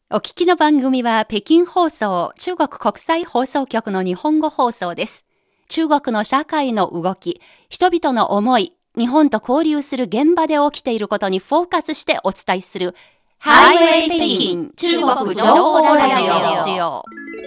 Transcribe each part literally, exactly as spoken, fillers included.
お聞きの番組は北京放送、中国国際放送局の日本語放送です。中国の社会の動き、人々の思い、日本と交流する現場で起きていることにフォーカスしてお伝えするハイウェイ北京中国情報ラジオ。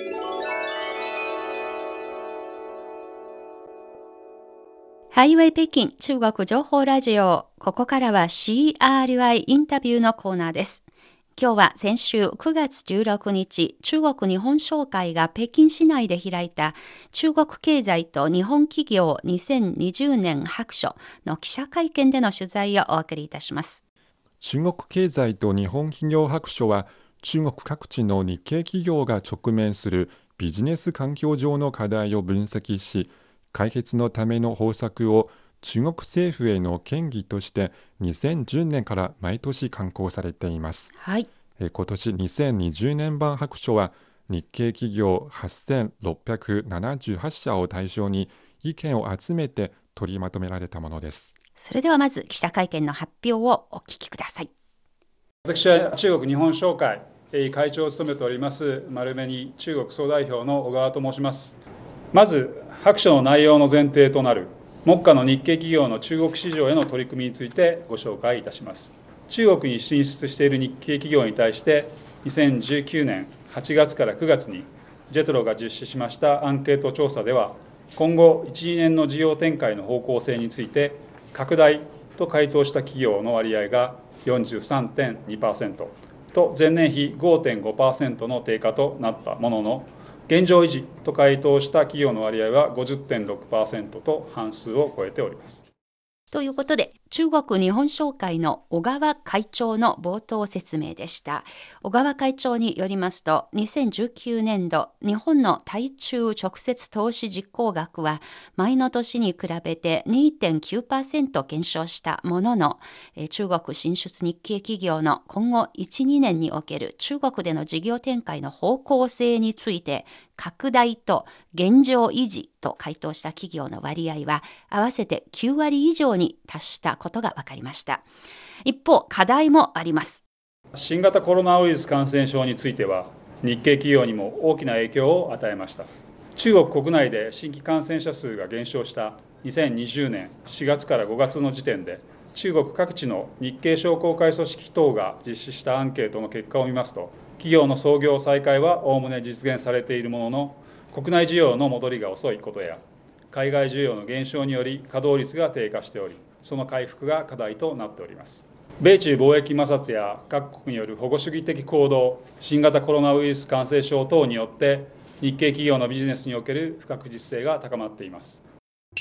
ハイウェイ北京中国情報ラジオ。ここからは シーアールアイ インタビューのコーナーです。今日は先週くがつじゅうろくにち、中国日本商会が北京市内で開いた中国経済と日本企業にせんにじゅうねん白書の記者会見での取材をお送りいたします。 中国経済と日本企業白書は、中国各地の日系企業が直面するビジネス環境上の課題を分析し、解決のための方策を中国政府への建議としてにせんじゅうねんから毎年刊行されています。 はい、 え今年にせんにじゅうねん版白書は日系企業はっせんろっぴゃくななじゅうはちしゃを対象に意見を集めて取りまとめられたものです。 それではまず記者会見の発表をお聞きください。 私は中国日本商会会長を務めております丸紅中国総代表の小川と申します。まず白書の内容の前提となる目下の日系企業の中国市場への取り組みについてご紹介いたします。中国に進出している日系企業に対してにせんじゅうきゅうねんはちがつからくがつにジェトロが実施しましたアンケート調査では、今後いち、にねんの事業展開の方向性について拡大と回答した企業の割合が よんじゅうさんてんにパーセント と前年比 ごてんごパーセント の低下となったものの、現状維持と回答した企業の割合は ごじゅってんろくパーセント と半数を超えております。 ということで、中国日本商会の小川会長の冒頭説明でした。小川会長によりますと、にせんじゅうきゅうねんど、日本の対中直接投資実行額は前の年に比べて にてんきゅうパーセント 減少したものの、中国進出日系企業の今後いち、にねんにおける中国での事業展開の方向性について、拡大と現状維持と回答した企業の割合は合わせてきゅうわり以上に達したことが分かりました。一方、課題もあります。 新型コロナウイルス感染症については日系企業にも大きな影響を与えました。中国国内で新規感染者数が減少したにせんにじゅうねんしがつからごがつの時点で、中国各地の日系商工会組織等が実施したアンケートの結果を見ますと、企業の操業再開はおおむね実現されているものの、国内需要の戻りが遅いことや海外需要の減少により稼働率が低下しており、その回復が課題となっております。米中貿易摩擦や各国による保護主義的行動、新型コロナウイルス感染症等によって日系企業のビジネスにおける不確実性が高まっています。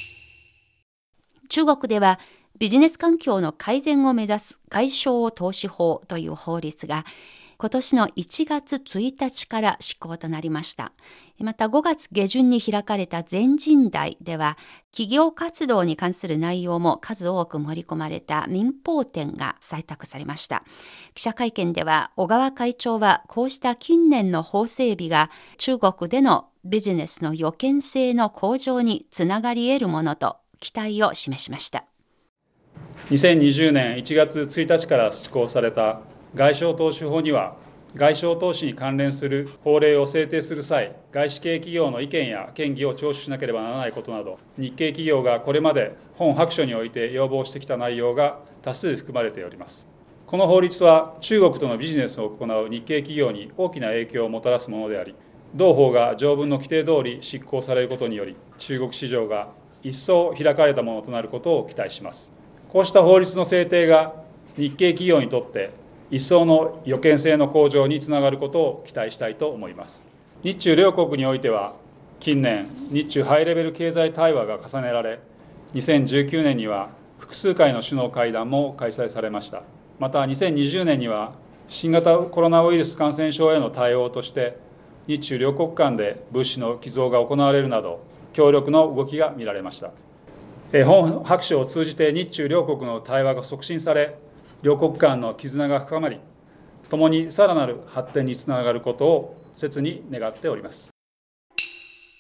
中国ではビジネス環境の改善を目指す外商投資法という法律が今年のいちがつついたちから施行となりました。またごがつげじゅんに開かれた全人代では、企業活動に関する内容も数多く盛り込まれた民法典が採択されました。記者会見では小川会長は、こうした近年の法整備が中国でのビジネスの予見性の向上につながり得るものと期待を示しました。 にせんにじゅうねんいちがつついたちから施行された外商投資法には、外商投資に関連する法令を制定する際、外資系企業の意見や建議を聴取しなければならないことなど、日系企業がこれまで本白書において要望してきた内容が多数含まれております。この法律は中国とのビジネスを行う日系企業に大きな影響をもたらすものであり、同法が条文の規定通り執行されることにより、中国市場が一層開かれたものとなることを期待します。こうした法律の制定が日系企業にとって一層の予見性の向上につながることを期待したいと思います。日中両国においては、近年、日中ハイレベル経済対話が重ねられ、にせんじゅうきゅうねんには複数回の首脳会談も開催されました。また、にせんにじゅうねんには新型コロナウイルス感染症への対応として、日中両国間で物資の寄贈が行われるなど、協力の動きが見られました。本白書を通じて日中両国の対話が促進され、両国間の絆が深まり、共にさらなる発展につながることを切に願っております。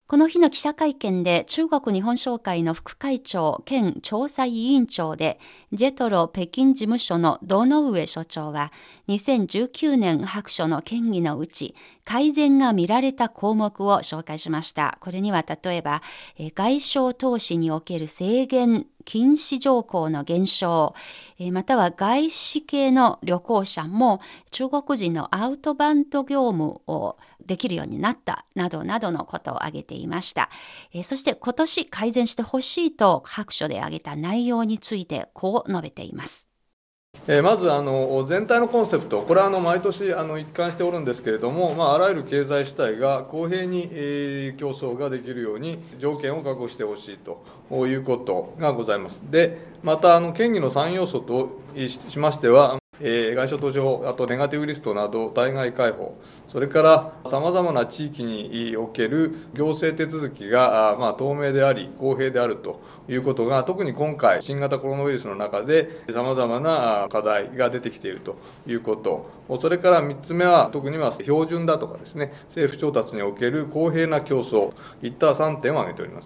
この日の記者会見で中国日本商会の副会長兼調査委員長でジェトロ北京事務所の堂上所長はにせんじゅうきゅうねん白書の建議のうち改善が見られた項目を紹介しました。これには例えば外商投資における制限禁止条項の減少、または外資系の旅行者も中国人のアウトバウンド業務をできるようになったなどなどのことを挙げていました。そして今年改善してほしいと白書で挙げた内容についてこう述べています。 まずあの全体のコンセプト、これはあの毎年あの一貫しておるんですけれども、まあ、あらゆる経済主体が公平に、えー、競争ができるように条件を確保してほしいということがございます。で、またあの建議のさん要素としましては、えー、外商投資法、あとネガティブリストなど対外開放、それからさまざまな地域における行政手続きが、まあ、透明であり公平であるということが、特に今回新型コロナウイルスの中でさまざまな課題が出てきているということ、それからみっつめは特には標準だとかですね、政府調達における公平な競争といったさんてんを挙げております。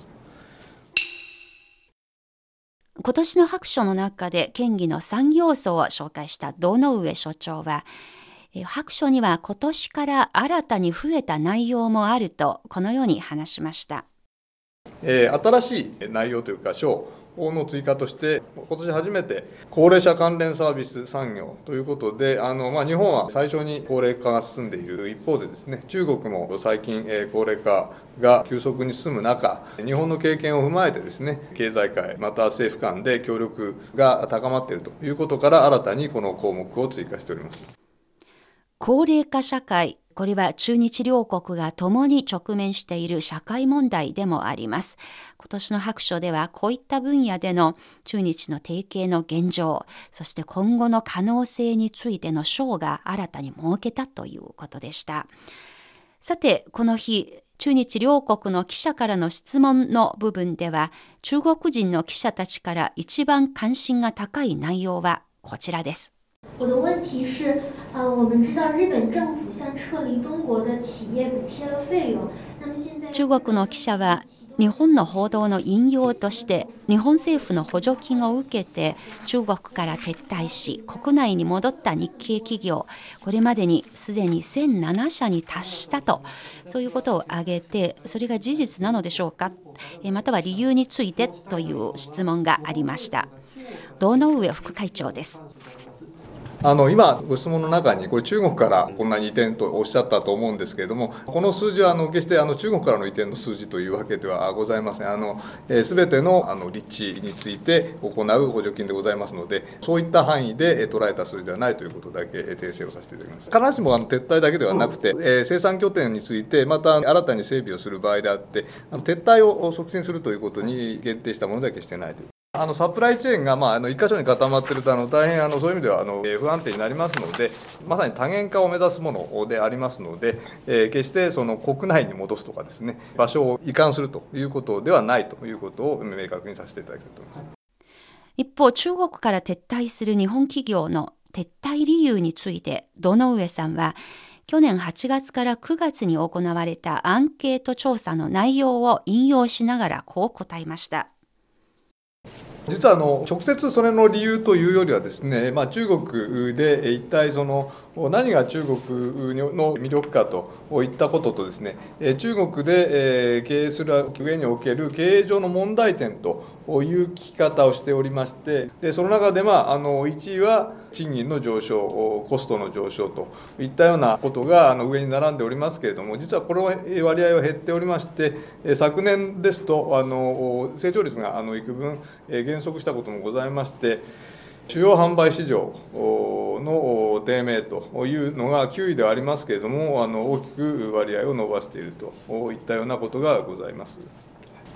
今年の白書の中で建議のさん要素を紹介した堂上所長は、白書には今年から新たに増えた内容もあるとこのように話しました。 えー、新しい内容というか章の追加として、今年初めて高齢者関連サービス産業ということで、あの、まあ、日本は最初に高齢化が進んでいる一方でですね、中国も最近、えー、高齢化が急速に進む中、日本の経験を踏まえてですね、経済界また政府間で協力が高まっているということから、新たにこの項目を追加しております。 高齢化社会、これは中日両国が共に直面している社会問題でもあります。今年の白書ではこういった分野での中日の提携の現状、そして今後の可能性についての章が新たに設けたということでした。さて、この日、中日両国の記者からの質問の部分では、中国人の記者たちから一番関心が高い内容はこちらです。 我的问题是，呃，我们知道日本政府向撤离中国的企业补贴了费用。那么现在中国の記者は日本の報道の引用として日本政府の補助金を受けて中国から撤退し国内に戻った日系企業、これまでにすでにせんななしゃに達したと、そういうことを挙げて、それが事実なのでしょうか、または理由についてという質問がありました。堂上副会長です。 あの今ご質問の中にこれ中国からこんなに移転とおっしゃったと思うんですけれども、この数字はあの決してあの中国からの移転の数字というわけではございません。あのすべてのあの立地について行う補助金でございますので、そういった範囲で捉えた数字ではないということだけ訂正をさせていただきます。必ずしもあの撤退だけではなくて、え生産拠点についてまた新たに整備をする場合であって、あの撤退を促進するということに限定したものでは決してないという。あのサプライチェーンが、まあ、あの一箇所に固まっているとあの大変あのそういう意味ではあの不安定になりますので、まさに多元化を目指すものでありますので、えー、決してその国内に戻すとかですね、場所を移管するということではないということを明確にさせていただきたいと思います。 一方、中国から撤退する日本企業の撤退理由について堂上さんは、去年はちがつからくがつに行われたアンケート調査の内容を引用しながらこう答えました。 実はあの直接それの理由というよりはですね、まあ、中国で一体その何が中国の魅力かといったこととですね、中国で経営する上における経営上の問題点という聞き方をしておりまして、でその中で、まあ、あのいちいは賃金の上昇、コストの上昇といったようなことがあの上に並んでおりますけれども、実はこの割合は減っておりまして、昨年ですとあの成長率があの幾分減速したこともございまして、主要販売市場の低迷というのがきゅういではありますけれども、あの大きく割合を伸ばしているといったようなことがございます。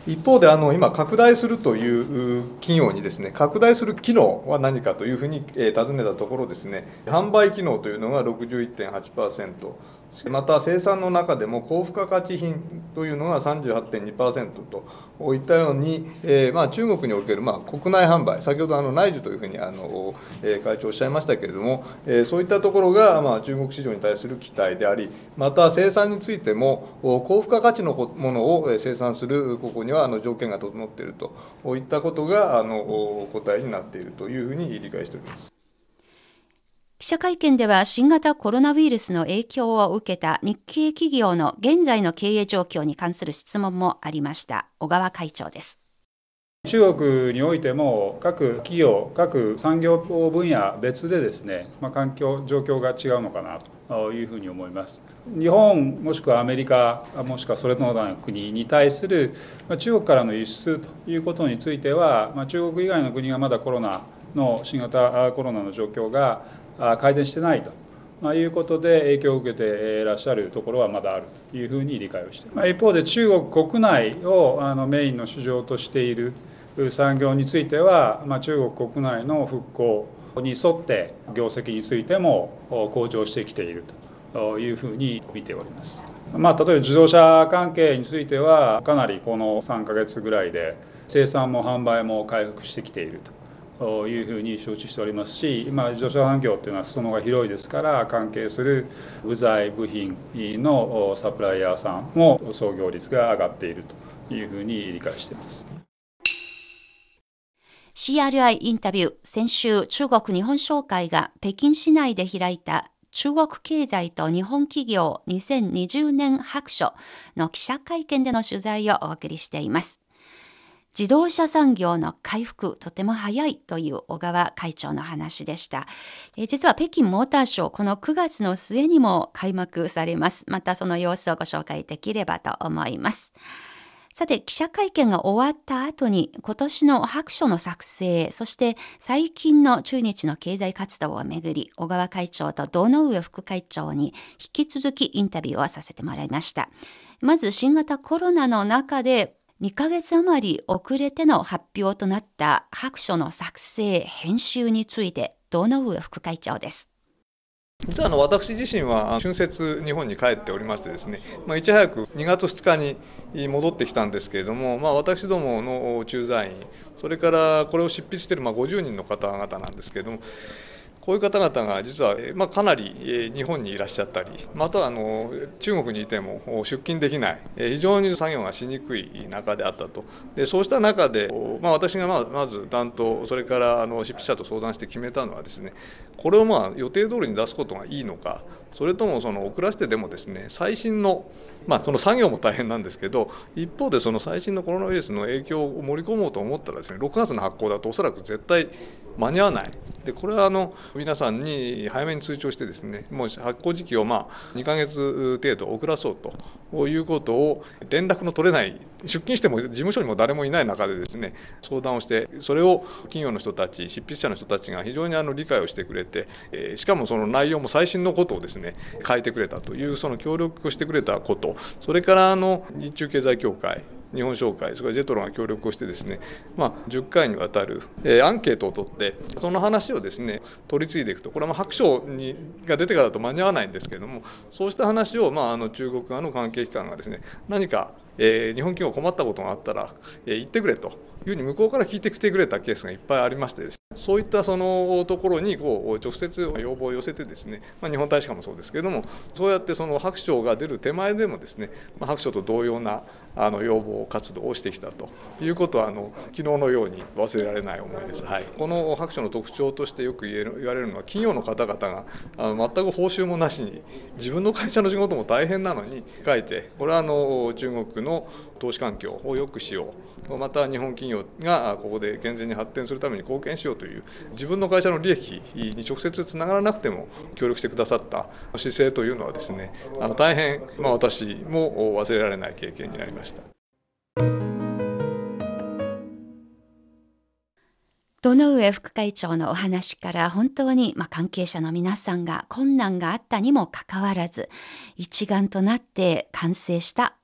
一方であの今拡大するという企業にですね、拡大する機能は何かというふうに尋ねたところですね、販売機能というのが ろくじゅういってんはちパーセント、また生産の中でも高付加価値品というのが さんじゅうはちてんにパーセント といったように、えーまあ、中国におけるまあ国内販売、先ほどあの内需というふうにあの、えー、会長おっしゃいましたけれども、えー、そういったところがまあ中国市場に対する期待であり、また生産についても高付加価値のものを生産するここにはあの条件が整っているといったことがあの答えになっているというふうに理解しております。 記者会見では新型コロナウイルスの影響を受けた日系企業の現在の経営状況に関する質問もありました。小川会長です。 中国においても各企業、各産業分野別でですね、まあ、環境、状況が違うのかなというふうに思います。日本もしくはアメリカもしくはそれとの国に対する中国からの輸出ということについては、まあ、中国以外の国がまだコロナの新型コロナの状況が改善してないということで影響を受けていらっしゃるところはまだあるというふうに理解をしています。一方で中国国内をあのメインの市場としている産業については、まあ、中国国内の復興に沿って業績についても向上してきているというふうに見ております。まあ、例えば自動車関係についてはかなりこのさんかげつぐらいで生産も販売も回復してきているというふうに承知しておりますし、今自動車産業というのは裾野が広いですから関係する部材部品のサプライヤーさんも創業率が上がっているというふうに理解しています。 シーアールアイ インタビュー、先週中国日本商会が北京市内で開いた中国経済と日本企業にせんにじゅうねん白書の記者会見での取材をお送りしています。自動車産業の回復とても早いという小川会長の話でした。え実は北京モーターショー、このくがつの末にも開幕されます。またその様子をご紹介できればと思います。さて、記者会見が終わった後に今年の白書の作成、そして最近の中日の経済活動をめぐり、小川会長と堂上副会長に引き続きインタビューをさせてもらいました。まず新型コロナの中でにかげつ余り遅れての発表となった白書の作成、編集について堂上副会長です。 実はあの私自身は春節日本に帰っておりましてですね、まあ、いち早くにがつふつかに戻ってきたんですけれども、まあ、私どもの駐在員、それからこれを執筆しているまあごじゅうにんの方々なんですけれども、こういう方々が実はまあかなり日本にいらっしゃったり、またはあの中国にいても出勤できない、非常に作業がしにくい中であったと。でそうした中で、まあ、私がまず担当、それからあの執筆者と相談して決めたのはですね、これをまあ予定通りに出すことがいいのか、それともその遅らせてでもですね、最新の、まあ、その作業も大変なんですけど、一方でその最新のコロナウイルスの影響を盛り込もうと思ったらですね、ろくがつの発行だとおそらく絶対間に合わない。でこれはあの皆さんに早めに通知をしてですね、もう発行時期をまあにかげつ程度遅らそうということを連絡の取れない、出勤しても事務所にも誰もいない中でですね相談をして、それを企業の人たち、執筆者の人たちが非常にあの理解をしてくれて、しかもその内容も最新のことをですね変えてくれたという、その協力をしてくれたこと、それからあの日中経済協会、日本商会、それからジェトロが協力をしてですね、まあ、じゅっかいにわたる、えー、アンケートを取って、その話をですね取り継いでいくと、これは白書にが出てからだと間に合わないんですけれども、そうした話を、まあ、あの中国側の関係機関がですね、何か、えー、日本企業困ったことがあったら、えー、言ってくれというふうに向こうから聞いてきてくれたケースがいっぱいありましてですね、そういったそのところにこう直接要望を寄せてですね、まあ、日本大使館もそうですけれども、そうやってその白書が出る手前でもですね、まあ、白書と同様なあの要望活動をしてきたということは、あの昨日のように忘れられない思いです。はい、この白書の特徴としてよく言える言われるのは、企業の方々があの全く報酬もなしに、自分の会社の仕事も大変なのに書いて、これはあの中国の投資環境を良くしよう、また日本企業がここで健全に発展するために貢献しようという、自分の会社の利益に直接つながらなくても協力してくださった姿勢というのはですね、あの大変、まあ、私も忘れられない経験になりました。 堂上副会長のお話から本当に、まあ、関係者の皆さんが困難があったにもかかわらず一丸となって完成した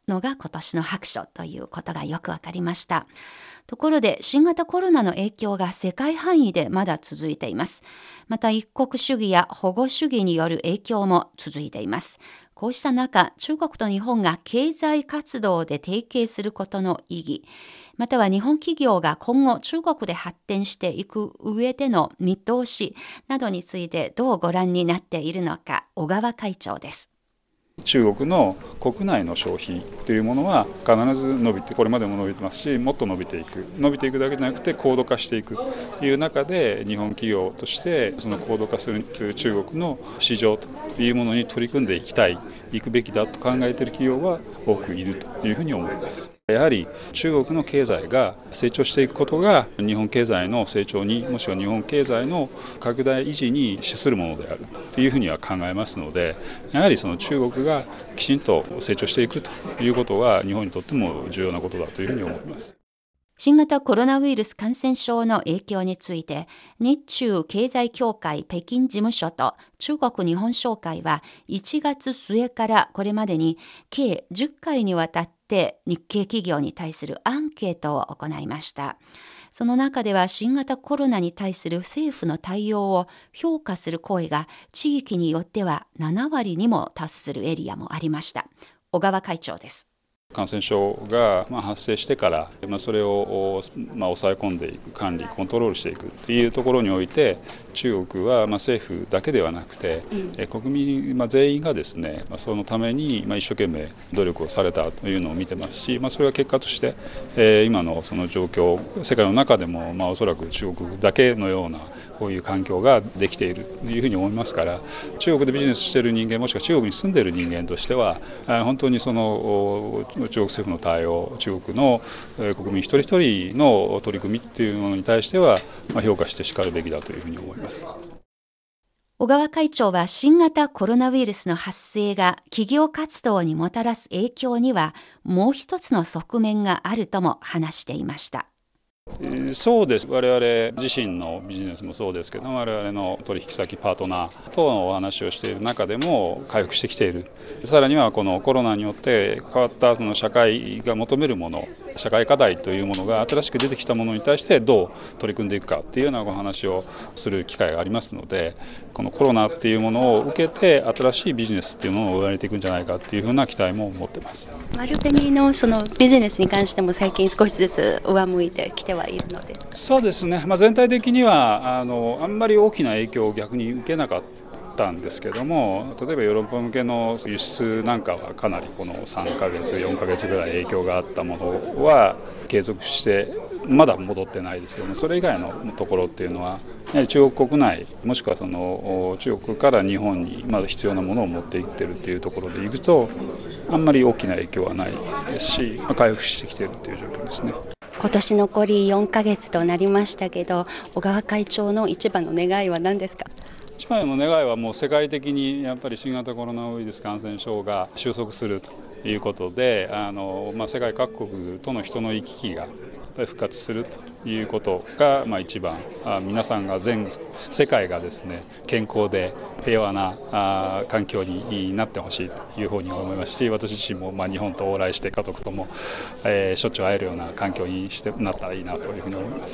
のが今年の白書ということがよくわかりました。ところで新型コロナの影響が世界範囲でまだ続いています。また一国主義や保護主義による影響も続いています。こうした中、中国と日本が経済活動で提携することの意義、または日本企業が今後中国で発展していく上での見通しなどについてどうご覧になっているのか、小川会長です。 中国の国内の消費というものは必ず伸びて、これまでも伸びてますし、もっと伸びていく、伸びていくだけじゃなくて高度化していくという中で、日本企業としてその高度化する中国の市場というものに取り組んでいきたい、いくべきだと考えている企業は多くいるというふうに思います。やはり中国の経済が成長していくことが日本経済の成長に、もしくは日本経済の拡大維持に資するものであるというふうには考えますので、やはりその中国がきちんと成長していくということは日本にとっても重要なことだというふうに思います。 新型コロナウイルス感染症の影響について、日中経済協会北京事務所と中国日本商会はいちがつ末からこれまでに計じゅっかいにわたって日系企業に対するアンケートを行いました。その中では新型コロナに対する政府の対応を評価する声が地域によってはななわりにも達するエリアもありました。小川会長です。 感染症が発生してから、それを抑え込んでいく、管理、コントロールしていくというところにおいて、中国は政府だけではなくて、国民全員がですね、そのために一生懸命努力をされたというのを見てますし、それが結果として今のその状況、世界の中でもおそらく中国だけのようなこういう環境ができているというふうに思いますから、中国でビジネスしている人間、もしくは中国に住んでいる人間としては、本当にその中国政府の対応、中国の国民一人一人の取り組みというものに対しては評価してしかるべきだというふうに思います。 小川会長は新型コロナウイルスの発生が企業活動にもたらす影響にはもう一つの側面があるとも話していました。 そうです。我々自身のビジネスもそうですけど、我々の取引先パートナーとのお話をしている中でも回復してきている。さらにはこのコロナによって変わったその社会が求めるもの、社会課題というものが新しく出てきたものに対してどう取り組んでいくかというようなお話をする機会がありますので、このコロナっていうものを受けて新しいビジネスっていうものを生まれていくんじゃないかっていうふうな期待も持っています。 マルペニのそのビジネスに関しても最近少しずつ上向いてきてはいるのですか？ そうですね、まあ、全体的にはあのあんまり大きな影響を逆に受けなかったんですけども、例えばヨーロッパ向けの輸出なんかはかなりこのさんかげつよんかげつぐらい影響があったものは継続してまだ戻ってないですけども、それ以外のところっていうのはやはり中国国内もしくはその中国から日本にまだ必要なものを持っていってるっていうところでいくとあんまり大きな影響はないですし、回復してきているという状況ですね。 今年残りよんかげつとなりましたけど、小川会長の一番の願いは何ですか？ 一番の願いはもう世界的にやっぱり新型コロナウイルス感染症が収束するということで、あの、まあ、世界各国との人の行き来が復活するということが、まあ、一番皆さんが全世界がですね健康で平和なあ環境になってほしいというふうに思いますし、私自身もまあ日本と往来して家族とも、えー、しょっちゅう会えるような環境にしてなったらいいなというふうに思います。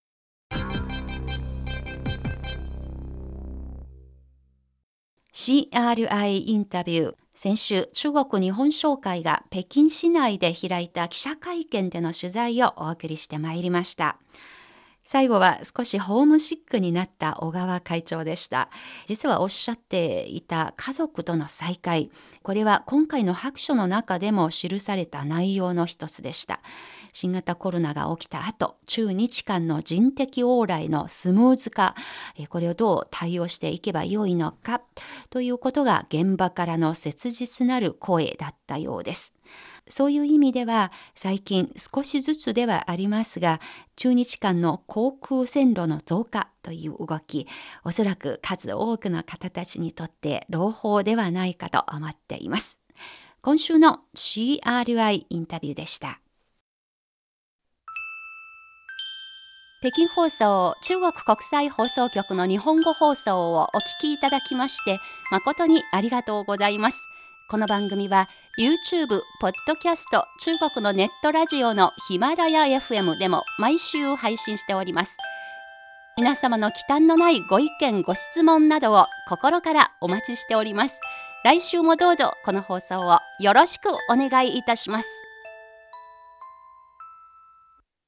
シーアールアイ インタビュー。先週、中国日本商会が北京市内で開いた記者会見での取材をお送りしてまいりました。最後は少しホームシックになった小川会長でした。実はおっしゃっていた家族との再会、これは今回の白書の中でも記された内容の一つでした。新型コロナが起きた後、中日間の人的往来のスムーズ化、これをどう対応していけばよいのかということが現場からの切実なる声だったようです。そういう意味では最近少しずつではありますが、中日間の航空線路の増加という動き、おそらく数多くの方たちにとって朗報ではないかと思っています。今週の シーアールアイ インタビューでした。北京放送中国国際放送局の日本語放送をお聞きいただきまして誠にありがとうございます。 この番組は YouTube、ポッドキャスト、中国のネットラジオのヒマラヤ エフエム でも毎週配信しております。皆様の忌憚のないご意見、ご質問などを心からお待ちしております。来週もどうぞこの放送をよろしくお願いいたします。